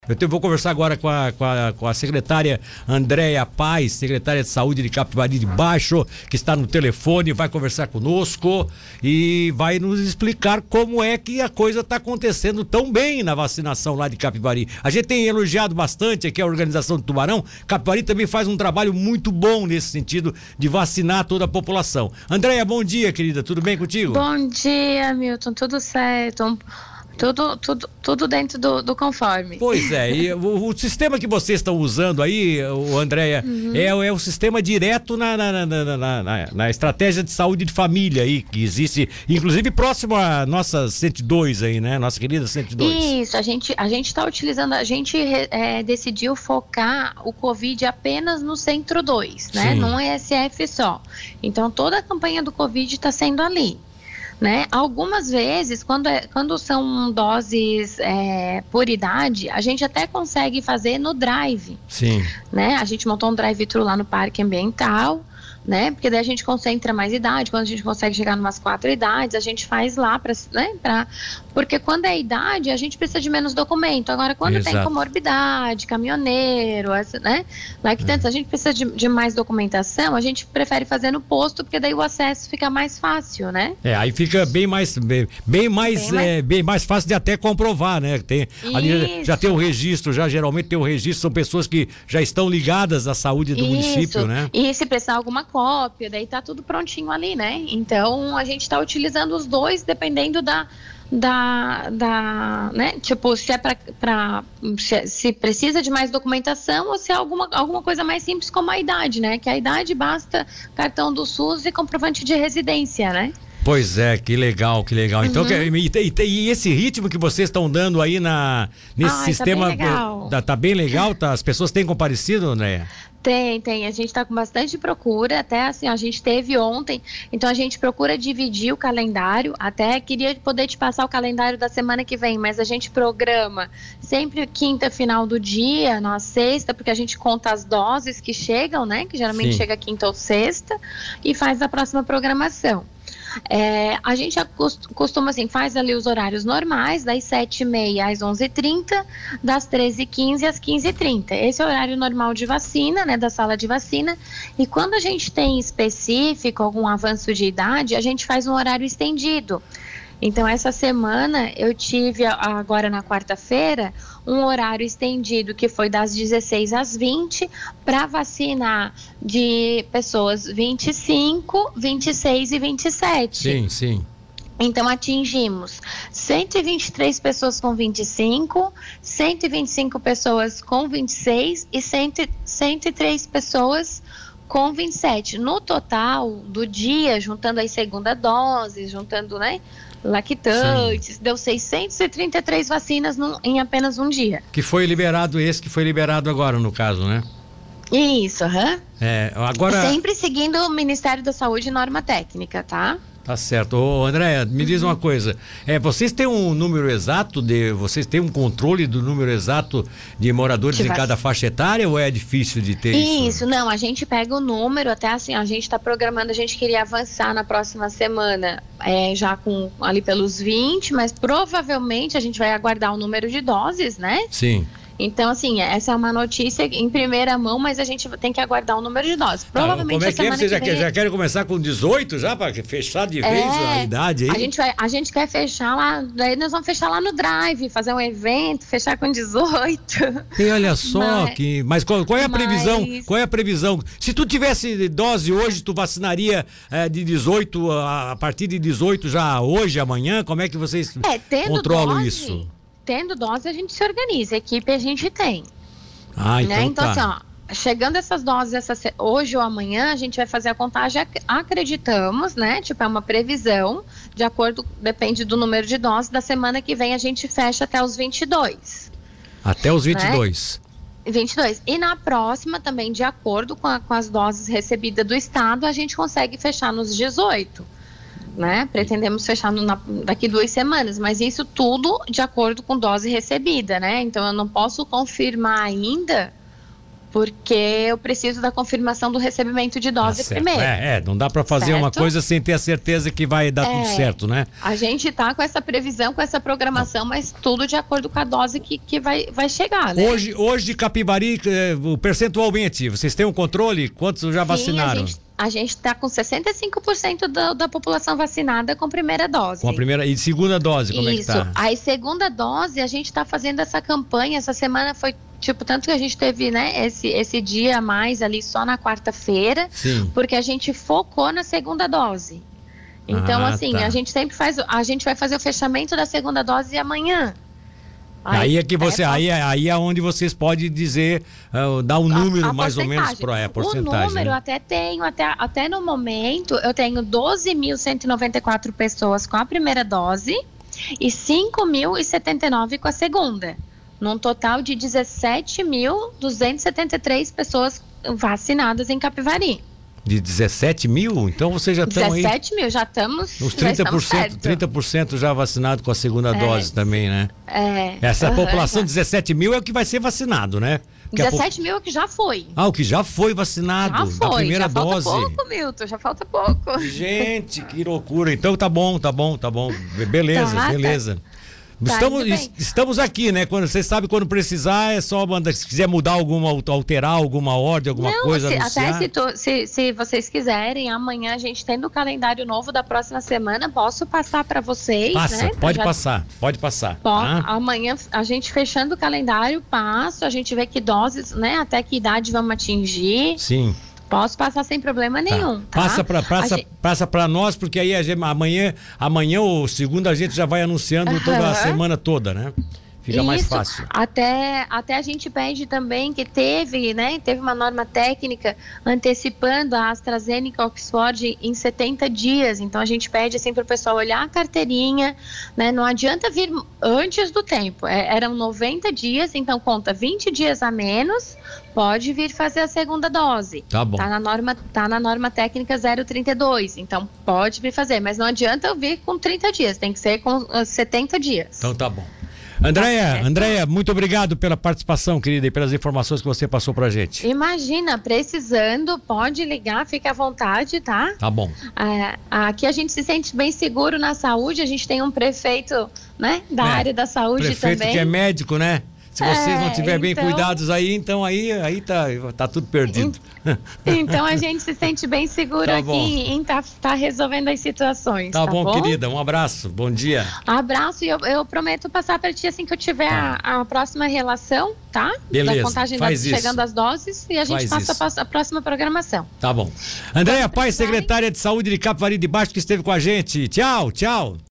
Vou conversar agora com a secretária Andréia Paz, secretária de Saúde de Capivari de Baixo, que está no telefone, vai conversar conosco e vai nos explicar como é que a coisa está acontecendo tão bem na vacinação lá de Capivari. A gente tem elogiado bastante aqui a organização do Tubarão. Capivari também faz um trabalho muito bom nesse sentido de vacinar toda a população. Andréia, bom dia, querida, tudo bem contigo? Bom dia, Milton, tudo certo. Tudo dentro do conforme. Pois é, e o sistema que vocês estão usando aí, Andréia, é o sistema direto na estratégia de saúde de família aí, que existe, inclusive próximo à nossa 102 aí, né? Nossa querida 102. Isso, a gente está utilizando, a gente decidiu focar o Covid apenas no Centro 2, né? Num ESF só. Então toda a campanha do Covid está sendo ali. Né? Algumas vezes, quando são doses por idade, a gente até consegue fazer no drive. Sim. Né? A gente montou um drive-thru lá no Parque Ambiental, né? Porque daí a gente concentra mais idade. Quando a gente consegue chegar em umas 4 idades, a gente faz lá, porque quando é idade, a gente precisa de menos documento. Agora, quando tem comorbidade, caminhoneiro, né? Lactantes, a gente precisa de mais documentação, a gente prefere fazer no posto, porque daí o acesso fica mais fácil, né? Aí fica bem mais fácil de até comprovar, né? Ali já tem o registro, geralmente tem o registro, são pessoas que já estão ligadas à saúde do município, né? E se precisar alguma cópia, daí tá tudo prontinho ali, né? Então a gente tá utilizando os dois, dependendo né? Tipo, se é se precisa de mais documentação ou se é alguma coisa mais simples como a idade, né? Que a idade basta cartão do SUS e comprovante de residência, né? Pois é, que legal. Então, e esse ritmo que vocês estão dando aí nesse sistema, tá bem legal? As pessoas têm comparecido, né? Tem. A gente está com bastante procura, até assim, a gente teve ontem, então a gente procura dividir o calendário, até queria poder te passar o calendário da semana que vem, mas a gente programa sempre quinta final do dia, na sexta, porque a gente conta as doses que chegam, né, que geralmente chega quinta ou sexta, e faz a próxima programação. A gente costuma assim, faz ali os horários normais, das 7h30 às 11h30, das 13h15 às 15h30. Esse é o horário normal de vacina, né, da sala de vacina. E quando a gente tem específico algum avanço de idade, a gente faz um horário estendido. Então, essa semana eu tive, agora na quarta-feira, um horário estendido que foi das 16 às 20 para vacinar de pessoas 25, 26 e 27. Sim. Então, atingimos 123 pessoas com 25, 125 pessoas com 26 e 103 pessoas com 27. No total do dia, juntando as segunda dose, juntando, né, lactantes, deu 633 vacinas em apenas um dia. Que foi liberado agora, no caso, né? Isso, agora... Sempre seguindo o Ministério da Saúde e norma técnica, tá? Tá certo. Andréia, me diz uma coisa, vocês têm um número exato vocês têm um controle do número exato de moradores em cada faixa etária ou é difícil de ter isso? Isso, não, a gente pega o número, até assim, a gente tá programando, a gente queria avançar na próxima semana, já ali pelos 20, mas provavelmente a gente vai aguardar o número de doses, né? Sim. Então, assim, essa é uma notícia em primeira mão, mas a gente tem que aguardar o número de doses. Provavelmente como é que vocês já querem começar com 18 já, para fechar de vez a idade aí? A gente quer fechar lá, daí nós vamos fechar lá no Drive, fazer um evento, fechar com 18. E olha só, mas qual é a previsão? Qual é a previsão? Se tu tivesse dose hoje, tu vacinaria de 18, a partir de 18 já hoje, amanhã? Como é que vocês controlam isso? Tendo dose, a gente se organiza, equipe a gente tem. Então assim, ó, chegando essas doses hoje ou amanhã, a gente vai fazer a contagem, acreditamos, né? Tipo, é uma previsão, de acordo, depende do número de doses, da semana que vem a gente fecha até os 22. Até os 22. Né? 22. E na próxima, também, de acordo com as doses recebidas do Estado, a gente consegue fechar nos 18. Né? Pretendemos fechar daqui 2 semanas, mas isso tudo de acordo com dose recebida, né? Então eu não posso confirmar ainda porque eu preciso da confirmação do recebimento de dose primeiro. Não dá para fazer uma coisa sem ter a certeza que vai dar tudo certo, né? A gente está com essa previsão, com essa programação, mas tudo de acordo com a dose que vai chegar, né? Hoje, Capivari, o percentual mente, vocês têm um controle? Quantos já vacinaram? A gente está com 65% da população vacinada com primeira dose. Com a primeira e segunda dose, como é que tá? Aí segunda dose, a gente está fazendo essa campanha, essa semana foi tanto que a gente teve, né, esse dia a mais ali só na quarta-feira, porque a gente focou na segunda dose. Então, a gente sempre a gente vai fazer o fechamento da segunda dose amanhã. Aí é que você, aí é onde vocês podem dizer, dar um número mais ou menos para a porcentagem. O número, né? até no momento, eu tenho 12.194 pessoas com a primeira dose e 5.079 com a segunda. Num total de 17.273 pessoas vacinadas em Capivari. De 17 mil? Então vocês já estão aí... 17 mil, já estamos... Uns 30% já vacinado com a segunda dose também, né? Essa população, 17 mil é o que vai ser vacinado, né? 17 mil é o que já foi. O que já foi vacinado. Já foi, da primeira dose. Já falta pouco, Milton, já falta pouco. Gente, que loucura. Então tá bom. Beleza. Estamos aqui, né? Você sabe quando precisar, é só mandar. Se quiser mudar alterar alguma ordem, alguma coisa, anunciar. Até se vocês quiserem, amanhã a gente tendo o calendário novo da próxima semana, posso passar para vocês, né? Pode passar. Amanhã a gente fechando o calendário, a gente vê que doses, né? Até que idade vamos atingir. Sim. Posso passar sem problema nenhum, tá? Passa para nós, porque aí amanhã ou segunda a gente já vai anunciando toda a semana toda, né? Fica mais fácil. Até a gente pede também que teve uma norma técnica antecipando a AstraZeneca Oxford em 70 dias. Então a gente pede assim para o pessoal olhar a carteirinha, né? Não adianta vir antes do tempo. Eram 90 dias, então conta 20 dias a menos, pode vir fazer a segunda dose. Tá bom. Tá na norma técnica 032, então pode vir fazer, mas não adianta eu vir com 30 dias, tem que ser com 70 dias. Então tá bom. Andréia, muito obrigado pela participação, querida, e pelas informações que você passou pra gente. Imagina, precisando, pode ligar, fica à vontade, tá? Tá bom. Aqui a gente se sente bem seguro na saúde, a gente tem um prefeito, né, da área da saúde prefeito também. Que é médico, né? Se vocês não estiverem bem cuidados aí, então aí tá tudo perdido. Então a gente se sente bem seguro aqui em tá resolvendo as situações. Tá bom, querida. Um abraço. Bom dia. Abraço e eu prometo passar para ti assim que eu tiver a próxima relação, tá? Beleza. Da contagem chegando as doses e a gente passa a próxima programação. Tá bom. Andréia Paes, secretária de Saúde de Capivari de Baixo, que esteve com a gente. Tchau.